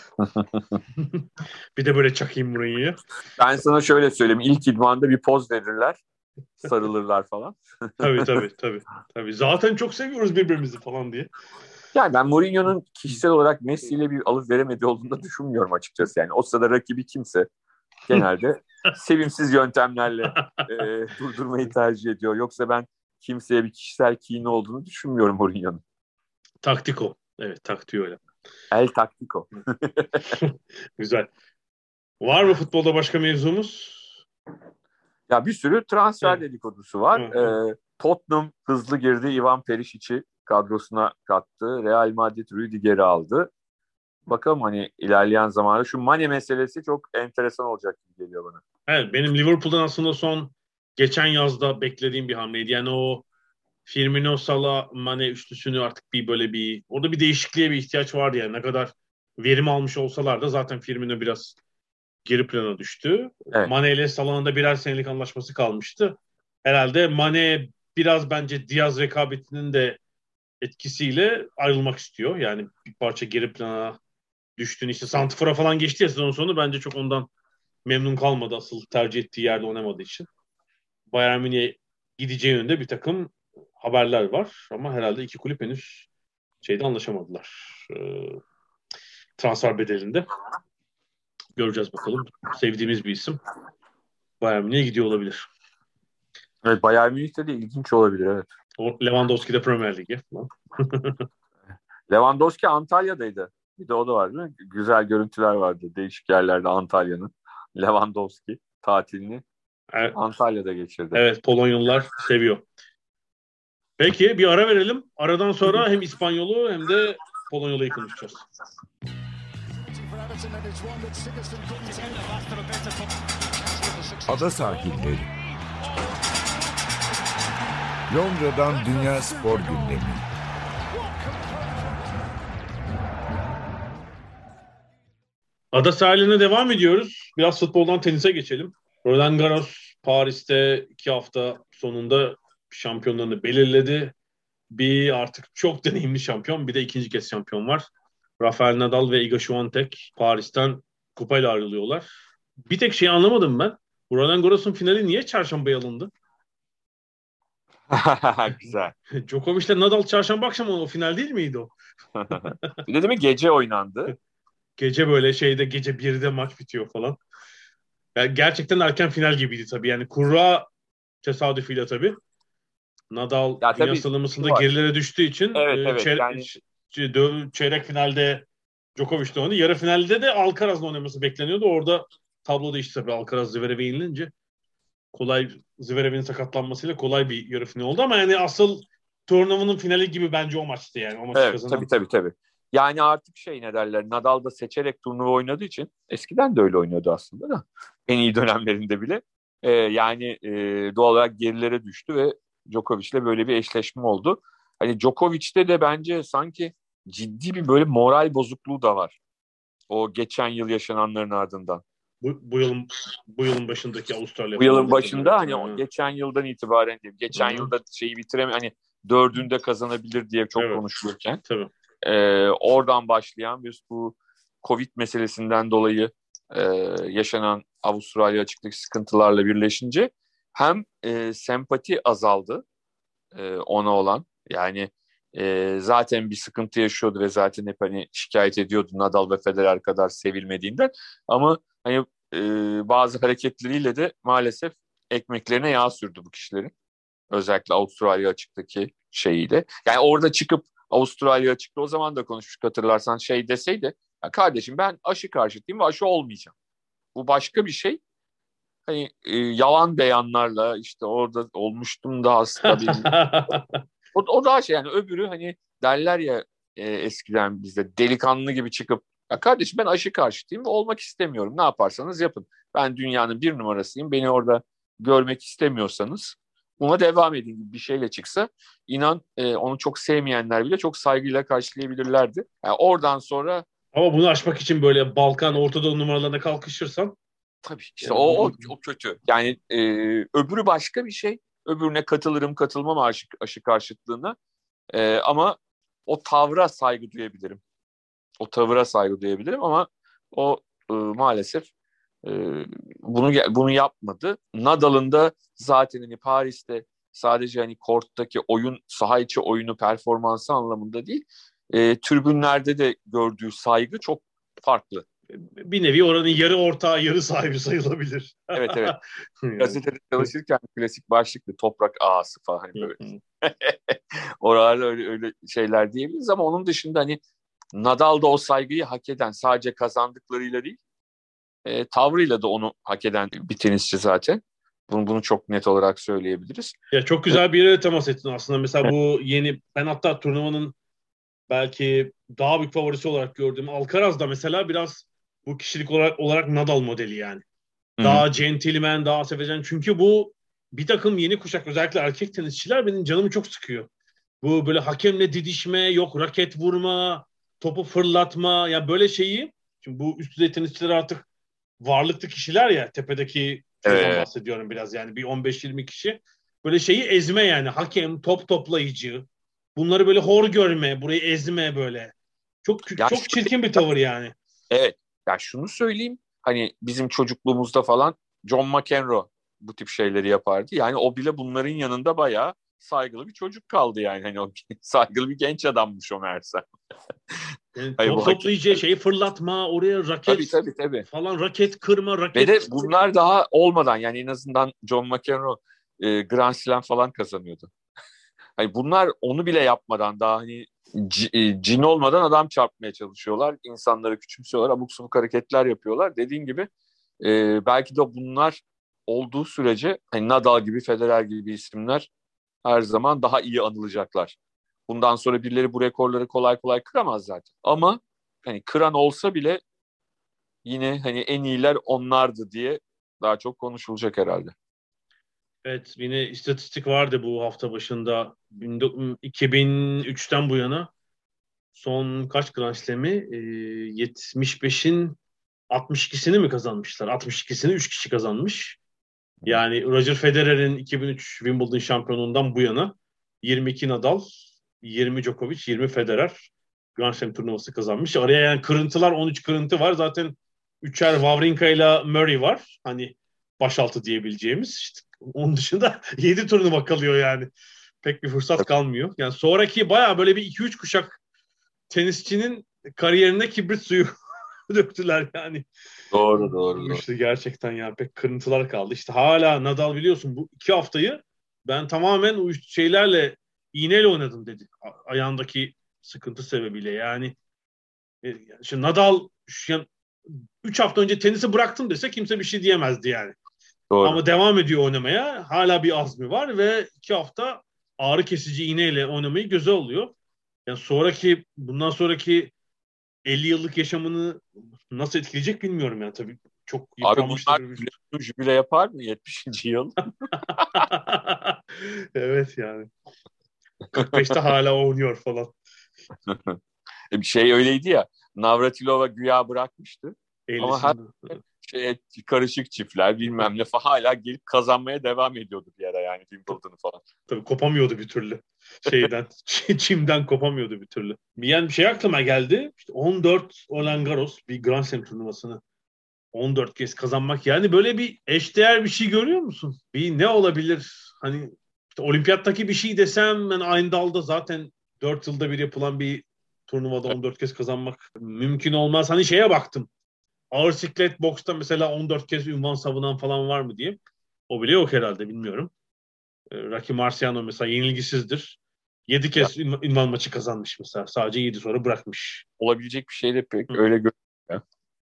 Bir de böyle çakayım Mourinho'yu. Ben sana şöyle söyleyeyim. İlk idmanda bir poz verirler. Sarılırlar falan. Tabii tabii tabii. Tabii. Zaten çok seviyoruz birbirimizi falan diye. Yani ben Mourinho'nun kişisel olarak Messi ile bir alıp veremediği olduğunu da düşünmüyorum açıkçası. Yani o sırada rakibi kimse genelde sevimsiz yöntemlerle e, durdurmayı tercih ediyor. Yoksa ben kimseye bir kişisel kini olduğunu düşünmüyorum Mourinho'nun. Taktiko. Evet, taktiği öyle. El taktiko. Güzel. Var mı futbolda başka mevzumuz? Ya bir sürü transfer Evet. dedikodusu var. Ee, Tottenham hızlı girdi. Ivan Perisic kadrosuna kattı. Real Madrid Rüdiger'i aldı. Bakalım hani ilerleyen zamanlarda şu Mane meselesi çok enteresan olacak gibi geliyor bana. Evet, benim Liverpool'dan aslında son geçen yazda beklediğim bir hamleydi. Yani o Firmino, Salah, Mane üçlüsünü artık bir böyle bir orada bir değişikliğe bir ihtiyaç vardı yani. Ne kadar verim almış olsalar da zaten Firmino biraz geri plana düştü. Evet. Mane ile Salah'ın da birer senelik anlaşması kalmıştı. Herhalde Mane biraz bence Diaz rekabetinin de etkisiyle ayrılmak istiyor. Yani bir parça geri plana düştüğünü, işte Santifor'a falan geçti ya sezon sonu, bence çok ondan memnun kalmadı, asıl tercih ettiği yerde oynamadığı için. Bayern Münih'e gideceği yönünde bir takım haberler var ama herhalde iki kulüp henüz şeyde anlaşamadılar. Ee, transfer bedelinde. Göreceğiz bakalım. Sevdiğimiz bir isim. Bayern Münih'e gidiyor olabilir. Evet, Bayern Münih'te de ilginç olabilir, evet. O Lewandowski de Premier Lig'e. Lewandowski Antalya'daydı. Bir de o da var değil mi? Güzel görüntüler vardı değişik yerlerde Antalya'nın. Lewandowski tatilini evet. Antalya'da geçirdi. Evet, Polonyalılar seviyor. Peki bir ara verelim. Aradan sonra hem İspanyolu hem de Polonyalı'yı konuşacağız. Ada sahilleri. Londra'dan Dünya Spor Gündemi. Ada sahiline devam ediyoruz. Biraz futboldan tenise geçelim. Roland Garros Paris'te iki hafta sonunda şampiyonlarını belirledi. Bir artık çok deneyimli şampiyon, bir de ikinci kez şampiyon var. Rafael Nadal ve Iga Świątek Paris'ten kupayla ayrılıyorlar. Bir tek şey anlamadım ben. Bu Roland Garros'un finali niye çarşambaya alındı? Güzel. Djokovic'le Nadal çarşamba akşamı, o final değil miydi o? Bir de değil mi gece oynandı. Gece böyle şeyde gece birde maç bitiyor falan. Yani gerçekten erken final gibiydi tabii. Yani kurra tesadüfüyle tabii. Nadal ya dünya sıralamasında gerilere düştüğü için evet, evet, çeyre- yani... çeyrek finalde Djokovic'te oynadı. Yarı finalde de Alcaraz'la oynaması bekleniyordu. Orada tablo değişti tabii. Alcaraz Zverev'e yenilince kolay Zverev'in sakatlanmasıyla kolay bir yarı final oldu ama yani asıl turnuvanın finali gibi bence o maçtı yani. O maçı Evet, kazanan. tabii tabii tabii. Yani artık şey ne derler, Nadal da seçerek turnuva oynadığı için, eskiden de öyle oynuyordu aslında da en iyi dönemlerinde bile. Ee, yani e, doğal olarak gerilere düştü ve Djokovic'le böyle bir eşleşme oldu. Hani Djokovic'te de bence sanki ciddi bir böyle moral bozukluğu da var. O geçen yıl yaşananların ardından. Bu, bu yılın bu yılın başındaki Avustralya Bu yılın falan başında hani ha. o geçen yıldan itibaren diyeyim. Geçen Hı. yılda şeyi bitireme hani dördünde kazanabilir diye çok Evet. konuşulurken. Tabii. Ee, oradan başlayan biz bu Covid meselesinden dolayı e, yaşanan Avustralya açıktaki sıkıntılarla birleşince hem e, sempati azaldı e, ona olan. Yani e, zaten bir sıkıntı yaşıyordu ve zaten hep hani şikayet ediyordu Nadal ve Federer kadar sevilmediğinden. Ama hani e, bazı hareketleriyle de maalesef ekmeklerine yağ sürdü bu kişilerin. Özellikle Avustralya açıktaki şeyiyle. Yani orada çıkıp Avustralya açıkta o zaman da konuşmuştuk hatırlarsan, şey deseydi, ya kardeşim ben aşı karşıtıyım ve aşı olmayacağım. Bu başka bir şey. Hani e, yalan beyanlarla işte orada olmuştum da hasta bir o, o daha şey yani, öbürü hani derler ya e, eskiden bizde delikanlı gibi çıkıp, ya kardeşim ben aşı karşıtıyım ve olmak istemiyorum. Ne yaparsanız yapın. Ben dünyanın bir numarasıyım. Beni orada görmek istemiyorsanız buna devam edin gibi bir şeyle çıksa, inan e, onu çok sevmeyenler bile çok saygıyla karşılayabilirlerdi. Yani oradan sonra Ama bunu aşmak için böyle Balkan, Orta Doğu numaralarına kalkışırsan tabii işte yani o, o, bu o kötü. Yani e, öbürü başka bir şey. Öbürüne katılırım katılmam aşı, aşı karşıtlığına. E, ama o tavra saygı duyabilirim. O tavıra saygı duyabilirim ama o e, maalesef e, bunu bunu yapmadı. Nadal'ın da zaten hani Paris'te sadece hani korttaki oyun, saha içi oyunu performansı anlamında değil, e, tribünlerde de gördüğü saygı çok farklı. bir nevi oranın yarı ortağı, yarı sahibi sayılabilir. Evet evet. Yani. Gazetede çalışırken klasik başlıklı toprak ağası falan hani böyle. Oralarda öyle, öyle şeyler diyebiliriz ama onun dışında hani Nadal da o saygıyı hak eden, sadece kazandıklarıyla değil, e, tavrıyla da onu hak eden bir tenisçi zaten. Bunu, bunu çok net olarak söyleyebiliriz. Ya çok güzel bir yere temas ettin aslında. Mesela bu yeni, ben hatta turnuvanın belki daha büyük favorisi olarak gördüğüm Alcaraz da mesela biraz bu kişilik olarak, olarak Nadal modeli yani. Hı-hı. Daha centilmen, daha sevecen. Çünkü bu bir takım yeni kuşak, özellikle erkek tenisçiler benim canımı çok sıkıyor. Bu böyle hakemle didişme, yok raket vurma, topu fırlatma, ya böyle şeyi. Şimdi bu üst düzey tenisçiler artık varlıklı kişiler ya, tepedeki şeyden Evet. bahsediyorum biraz, yani bir on beş yirmi kişi. Böyle şeyi ezme yani, hakem, top toplayıcı. Bunları böyle hor görme, burayı ezme böyle. Çok Ya çok şu, çirkin bir tavır yani. evet. Ya şunu söyleyeyim. Hani bizim çocukluğumuzda falan John McEnroe bu tip şeyleri yapardı. Yani o bile bunların yanında bayağı saygılı bir çocuk kaldı yani. Hani o saygılı bir genç adammış o meğerse. Yani Hayır, top bu hakem. toplayıcı, şeyi fırlatma, oraya Tabii raket tabii tabii. falan, raket kırma, Ve de raket. bunlar daha olmadan, yani en azından John McEnroe e, Grand Slam falan kazanıyordu. Hani bunlar onu bile yapmadan, daha hani c- e, cin olmadan adam çarpmaya çalışıyorlar. İnsanları küçümsüyorlar, abuk sabuk hareketler yapıyorlar. Dediğin gibi e, belki de bunlar olduğu sürece hani Nadal gibi, Federer gibi isimler her zaman daha iyi anılacaklar. Bundan sonra birileri bu rekorları kolay kolay kıramaz zaten. Ama hani kıran olsa bile yine hani en iyiler onlardı diye daha çok konuşulacak herhalde. Evet, yine istatistik vardı bu hafta başında. iki bin üçten bu yana son kaç Grand Slam'i? Ee, yetmiş beşin altmış ikisini mi kazanmışlar? altmış ikisini üç kişi kazanmış. Yani Roger Federer'in iki bin üç Wimbledon şampiyonluğundan bu yana yirmi iki Nadal, yirmi Djokovic, yirmi Federer Grand Slam turnuvası kazanmış. Araya yani kırıntılar, on üç kırıntı var. Zaten üçer Wawrinka ile Murray var. Hani başaltı diyebileceğimiz. İşte onun dışında yedi turnuva kalıyor yani. Pek bir fırsat kalmıyor. Yani sonraki bayağı böyle bir iki üç kuşak tenisçinin kariyerine kibrit suyu döktüler yani. Doğru doğru Bu doğru. işte gerçekten ya, pek kırıntılar kaldı. İşte hala Nadal biliyorsun bu iki haftayı ben tamamen o şeylerle, iğneyle oynadım dedi. A- ayağındaki sıkıntı sebebiyle yani. E, şimdi Nadal şu, yani, üç hafta önce tenisi bıraktım dese kimse bir şey diyemezdi yani. Doğru. Ama devam ediyor oynamaya. Hala bir azmi var ve iki hafta ağrı kesici iğneyle oynamayı göze alıyor. Yani sonraki, bundan sonraki elli yıllık yaşamını nasıl etkileyecek bilmiyorum yani tabii. Çok Abi yıpranmış da bunlar bir vücut. jübile yapar mı yetmişinci yıl? Evet yani. kırk beşte hala oynuyor falan. Bir şey öyleydi ya. Navratilova güya bırakmıştı. Ama her ellisinde. şey, karışık çiftler bilmem ne falan hala gelip kazanmaya devam ediyordu bir ara yani Wimbledon'u falan. Tabii kopamıyordu bir türlü. Şeyden, çimden kopamıyordu bir türlü. Bir yani bir şey aklıma geldi. İşte on dört Roland Garros bir Grand Slam turnuvasını on dört kez kazanmak. Yani böyle bir eşdeğer bir şey görüyor musun? Bir ne olabilir? Hani işte olimpiyattaki bir şey desem, ben aynı dalda zaten dört yılda bir yapılan bir turnuvada on dört kez kazanmak mümkün olmaz. Hani şeye baktım. Ağır siklet boksta mesela on dört kez ünvan savunan falan var mı diye. O bile yok herhalde, bilmiyorum. E, Rocky Marciano mesela yenilgisizdir. yedi Ya, kez ünvan, ünvan maçı kazanmış mesela. Sadece yedi sonra bırakmış. olabilecek bir şey de pek Hı. öyle görünüyor.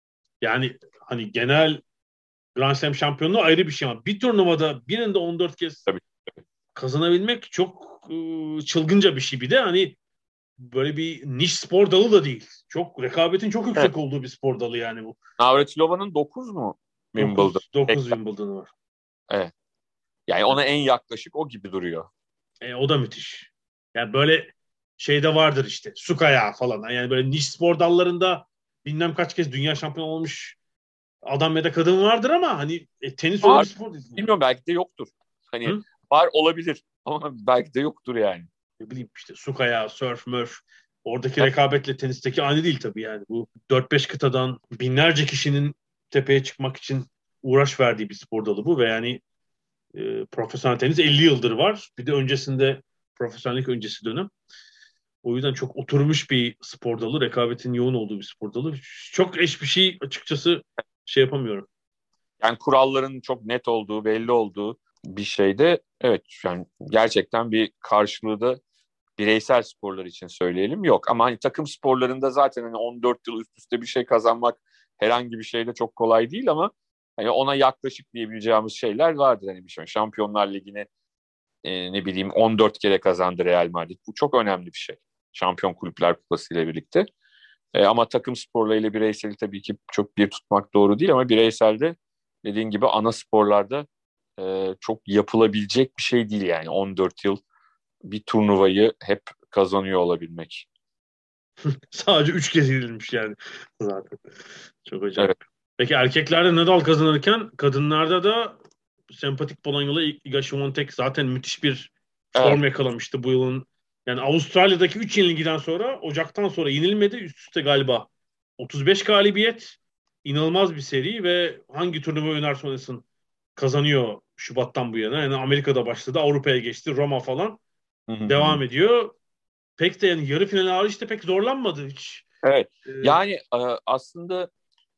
Yani hani genel Grand Slam şampiyonluğu ayrı bir şey ama bir turnuvada birinde on dört kez Tabii. kazanabilmek çok e, çılgınca bir şey. Bir de hani böyle bir niş spor dalı da değil. Çok rekabetin çok yüksek Evet. olduğu bir spor dalı yani bu. Navratilova'nın dokuz mu Wimbledon? dokuz Wimbledon'ı var. Evet. Yani ona en yaklaşık o gibi duruyor. E, o da müthiş. Yani böyle şeyde vardır işte. Su kayağı falan. Yani böyle niş spor dallarında bilmem kaç kez dünya şampiyonu olmuş adam ya da kadın vardır ama hani e, tenis öyle Var. bir spor değil. Bilmiyorum, belki de yoktur. Hani Hı? var olabilir ama belki de yoktur yani. Ne bileyim işte su kayağı, surf, murf. Oradaki Evet. rekabetle tenisteki aynı değil tabii yani. Bu dört beş kıtadan binlerce kişinin tepeye çıkmak için uğraş verdiği bir spor dalı bu ve yani e, profesyonel tenis elli yıldır var. Bir de öncesinde profesyonellik öncesi dönem. O yüzden çok oturmuş bir spor dalı, rekabetin yoğun olduğu bir spor dalı. Çok eş bir şey açıkçası şey yapamıyorum. Yani kuralların çok net olduğu, belli olduğu bir şeyde evet yani gerçekten bir karşılığı da bireysel sporlar için söyleyelim yok. Ama hani takım sporlarında zaten hani on dört yıl üst üste bir şey kazanmak herhangi bir şeyde çok kolay değil ama hani ona yaklaşık diyebileceğimiz şeyler vardır. Hani bir şey. Şampiyonlar Ligi'ni e, ne bileyim on dört kere kazandı Real Madrid. Bu çok önemli bir şey. Şampiyon Kulüpler Kupası ile birlikte. E, ama takım sporlarıyla bireyseli tabii ki çok bir tutmak doğru değil ama bireyselde dediğin gibi ana sporlarda e, çok yapılabilecek bir şey değil yani on dört yıl bir turnuvayı hep kazanıyor olabilmek. Sadece üç kez yenilmiş yani zaten. Çok acayip. Evet. Peki erkeklerde Nadal kazanırken kadınlarda da sempatik Polonyalı Iga Świątek zaten müthiş bir Evet. form yakalamıştı bu yılın. Yani Avustralya'daki üç yenilgiden sonra Ocak'tan sonra yenilmedi. Üst üste galiba otuz beş galibiyet. İnanılmaz bir seri ve hangi turnuva oynarsa oynasın kazanıyor Şubat'tan bu yana. Yani Amerika'da başladı, Avrupa'ya geçti, Roma falan devam ediyor. Pek de yani yarı final hariç de pek zorlanmadı hiç. Evet. Ee, Yani e, aslında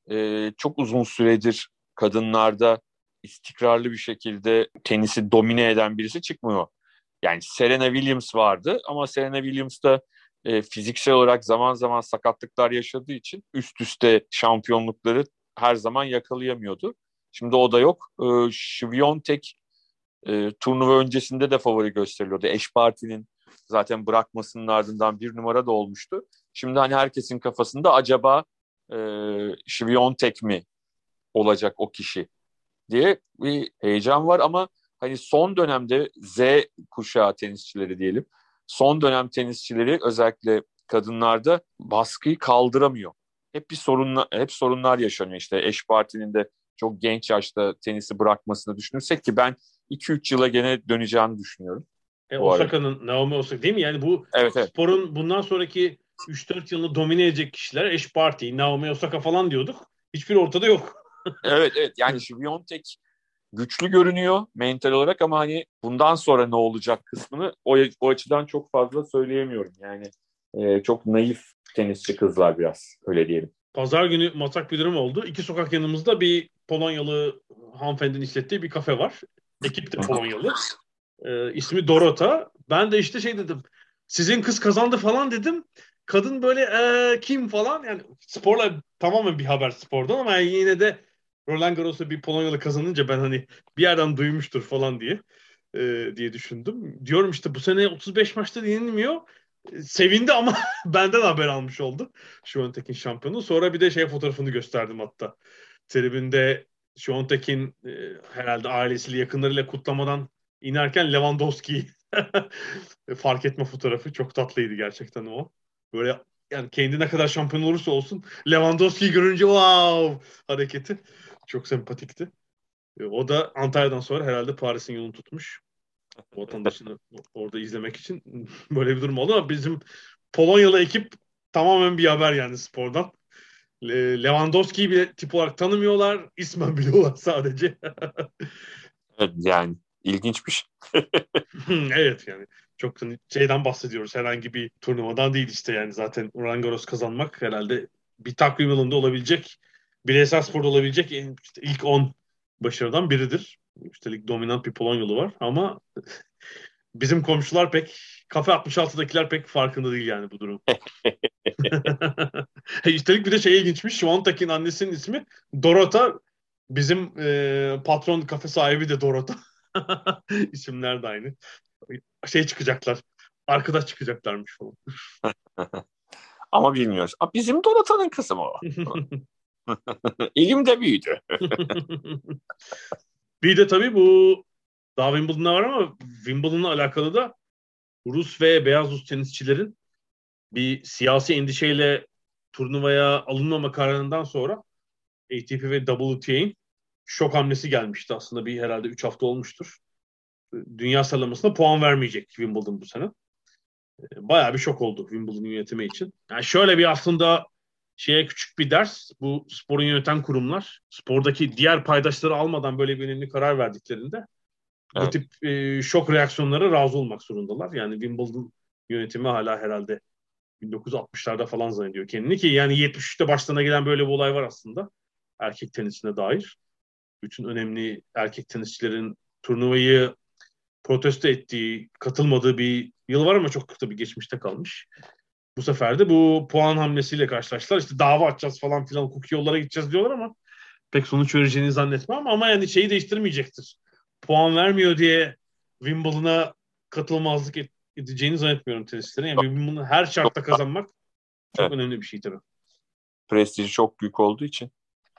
e, çok uzun süredir kadınlarda istikrarlı bir şekilde tenisi domine eden birisi çıkmıyor. Yani Serena Williams vardı ama Serena Williams da e, fiziksel olarak zaman zaman sakatlıklar yaşadığı için üst üste şampiyonlukları her zaman yakalayamıyordu. Şimdi o da yok. E, Świątek e, turnuva öncesinde de favori gösteriliyordu. Eş partinin zaten bırakmasının ardından bir numara da olmuştu. Şimdi hani herkesin kafasında acaba e, Świątek mi olacak o kişi diye bir heyecan var ama hani son dönemde Z kuşağı tenisçileri diyelim. Son dönem tenisçileri özellikle kadınlarda baskıyı kaldıramıyor. Hep bir sorunlar, hep sorunlar yaşanıyor işte. Eş partinin de çok genç yaşta tenisi bırakmasını düşünürsek ki ben iki üç yıla gene döneceğini düşünüyorum. e, Bu arada. Osaka'nın Naomi Osaka değil mi? Yani bu Evet, evet. sporun bundan sonraki üç dört yılını domine edecek kişiler eş parti, Naomi Osaka falan diyorduk. Hiçbir ortada yok. Evet, evet. Yani Świątek güçlü görünüyor mental olarak ama hani bundan sonra ne olacak kısmını o, o açıdan çok fazla söyleyemiyorum. Yani e, çok naif tenisçi kızlar biraz öyle diyelim. Pazar günü matrak bir durum oldu. İki sokak yanımızda bir Polonyalı hanımefendinin işlettiği bir kafe var. Ekip de Polonyalı. Ee, ismi Dorota. Ben de işte şey dedim. Sizin kız kazandı falan dedim. Kadın böyle ee, kim falan. Yani sporla tamamen bir haber spordan ama yani yine de Roland Garros'ta bir Polonyalı kazanınca ben hani bir yerden duymuştur falan diye e, diye düşündüm. Diyorum işte bu sene otuz beş maçta yenilmiyor. E, sevindi ama benden haber almış oldu. Świątek'in şampiyonu. Sonra bir de şey fotoğrafını gösterdim hatta. Tribünde Świątek'in e, herhalde ailesiyle yakınlarıyla kutlamadan inerken Lewandowski'yi fark etme fotoğrafı çok tatlıydı gerçekten o. Böyle yani kendi ne kadar şampiyon olursa olsun Lewandowski'yi görünce wow hareketi çok sempatikti. E, O da Antalya'dan sonra herhalde Paris'in yolunu tutmuş. Vatandaşını orada izlemek için böyle bir durum oldu ama bizim Polonyalı ekip tamamen bir haber yani spordan. Le- Lewandowski'yi bile tip olarak tanımıyorlar. İsmen biliyorlar sadece. Evet, yani ilginçmiş. Evet yani çok hani şeyden bahsediyoruz. Herhangi bir turnuvadan değil işte yani zaten Roland Garros kazanmak herhalde bir takvim yılında olabilecek, bireysel sporda olabilecek en- işte ilk on başarıdan biridir. Üstelik dominant bir Polonyalı var ama bizim komşular pek Kafe altmış altıdakiler pek farkında değil yani bu durum. Üstelik bir de şey ilginçmiş. Świątek'in annesinin ismi Dorota. Bizim e, patron kafe sahibi de Dorota. İsimler de aynı. Şey çıkacaklar. Arkadaş çıkacaklarmış falan. Ama bilmiyoruz. Aa, bizim Donata'nın kızı mı o? Elimde büyüdü. Bir de tabii bu daha Wimbledon'da var ama Wimbledon'la alakalı da Rus ve beyaz Rus tenisçilerin bir siyasi endişeyle turnuvaya alınmama kararından sonra A T P ve W T A'nin şok hamlesi gelmişti. Aslında bir herhalde üç hafta olmuştur. Dünya sıralamasına puan vermeyecek Wimbledon bu sene. Bayağı bir şok oldu Wimbledon yönetimi için. Yani şöyle bir aslında şeye küçük bir ders. Bu sporun yöneten kurumlar spordaki diğer paydaşları almadan böyle bir önemli karar verdiklerinde bu Evet. tip e, şok reaksiyonlara razı olmak zorundalar. Yani Wimbledon yönetimi hala herhalde bin dokuz yüz altmışlarda falan zannediyor kendini ki yani yetmiş üçte başlarına gelen böyle bir olay var aslında. Erkek tenisine dair. Bütün önemli erkek tenisçilerin turnuvayı protesto ettiği, katılmadığı bir yıl var ama çok tabii geçmişte kalmış. Bu sefer de bu puan hamlesiyle karşılaştılar. İşte dava açacağız falan filan, hukuki yollara gideceğiz diyorlar ama pek sonuç vereceğini zannetmem. Ama yani şeyi değiştirmeyecektir. Puan vermiyor diye Wimbledon'a katılmazlık et- edeceğini zannetmiyorum tenisçilerin. Yani Wimbledon'u her şartta kazanmak çok Evet. önemli bir şey tabii. Prestiji çok büyük olduğu için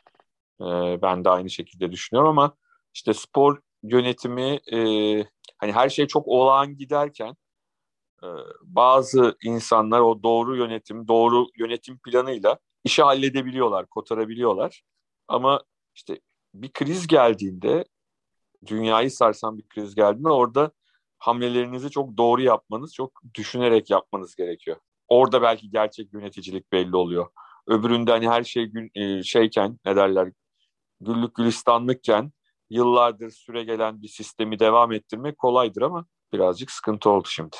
e, ben de aynı şekilde düşünüyorum ama işte spor yönetimi e, hani her şey çok olağan giderken e, bazı insanlar o doğru yönetim, doğru yönetim planıyla işi halledebiliyorlar, kotarabiliyorlar. Ama işte bir kriz geldiğinde, dünyayı sarsan bir kriz geldiğinde orada hamlelerinizi çok doğru yapmanız, çok düşünerek yapmanız gerekiyor. Orada belki gerçek yöneticilik belli oluyor. Öbüründe hani her şey gün, e, şeyken ne derler güllük gülistanlıkken yıllardır süre gelen bir sistemi devam ettirmek kolaydır ama birazcık sıkıntı oldu şimdi.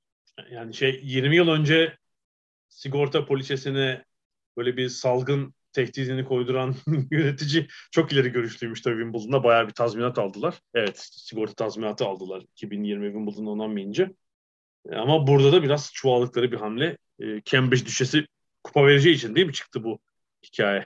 Yani şey yirmi yıl önce sigorta poliçesine böyle bir salgın tehdidini koyduran yönetici çok ileri görüşlüymüş tabii Wimbledon'da. Bayağı bir tazminat aldılar. Evet, sigorta tazminatı aldılar iki bin yirmi Wimbledon onanmayınca. E, Ama burada da biraz çuvallıkları bir hamle. E, Cambridge düşesi kupa vereceği için değil mi çıktı bu hikaye?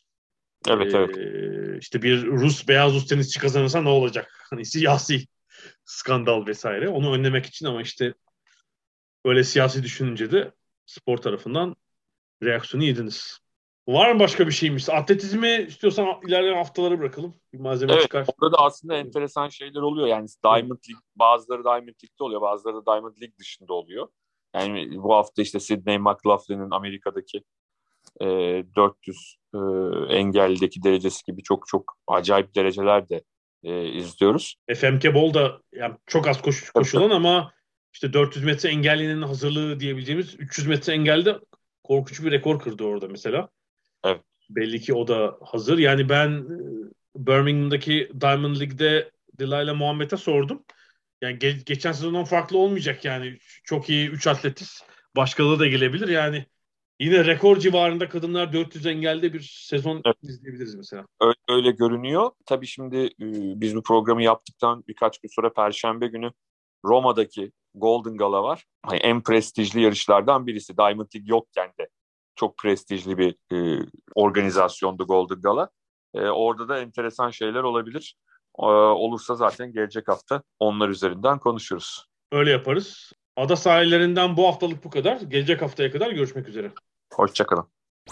Evet, evet. E, işte bir Rus, beyaz Rus tenisçi kazanırsa ne olacak? Hani siyasi skandal vesaire. Onu önlemek için ama işte öyle siyasi düşününce de spor tarafından reaksiyonu yediniz. Var mı başka bir şeymiş? Atletizmi istiyorsan ilerleyen haftalara bırakalım. Bir malzeme Evet, çıkar. orada da aslında enteresan şeyler oluyor. Yani Diamond League, bazıları Diamond League'de oluyor, bazıları da Diamond League dışında oluyor. Yani bu hafta işte Sydney McLaughlin'in Amerika'daki e, dört yüz e, engellideki derecesi gibi çok çok acayip dereceler de e, izliyoruz. F M K Bol da yani çok az koş, Tabii, tabii. koşulan ama işte dört yüz metre engellinin hazırlığı diyebileceğimiz üç yüz metre engelde korkunç bir rekor kırdı orada mesela. Evet. Belli ki o da hazır. Yani ben e, Birmingham'daki Diamond League'de Delilah Muhammed'e sordum. Yani ge- geçen sezondan farklı olmayacak yani. Çok iyi üç atletiz. Başkaları da gelebilir. Yani yine rekor civarında kadınlar dört yüz engelde bir sezon Evet. izleyebiliriz mesela. Öyle, öyle görünüyor. Tabii şimdi e, biz bu programı yaptıktan birkaç gün sonra Perşembe günü Roma'daki Golden Gala var. Hani en prestijli yarışlardan birisi. Diamond League yokken de çok prestijli bir e, organizasyondu Golden Gala. E, orada da enteresan şeyler olabilir. E, olursa zaten gelecek hafta onlar üzerinden konuşuruz. Öyle yaparız. Ada sahillerinden bu haftalık bu kadar. Gelecek haftaya kadar görüşmek üzere. Hoşçakalın.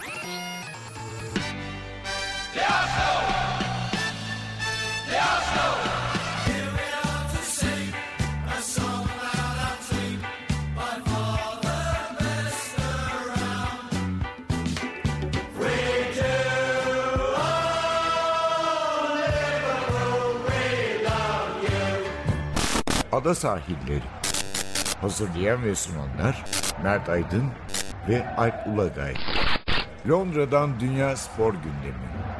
Ada sahilleri. Hazırlayan ve sunanlar Mert Aydın ve Alp Ulagay. Londra'dan Dünya Spor Gündemi.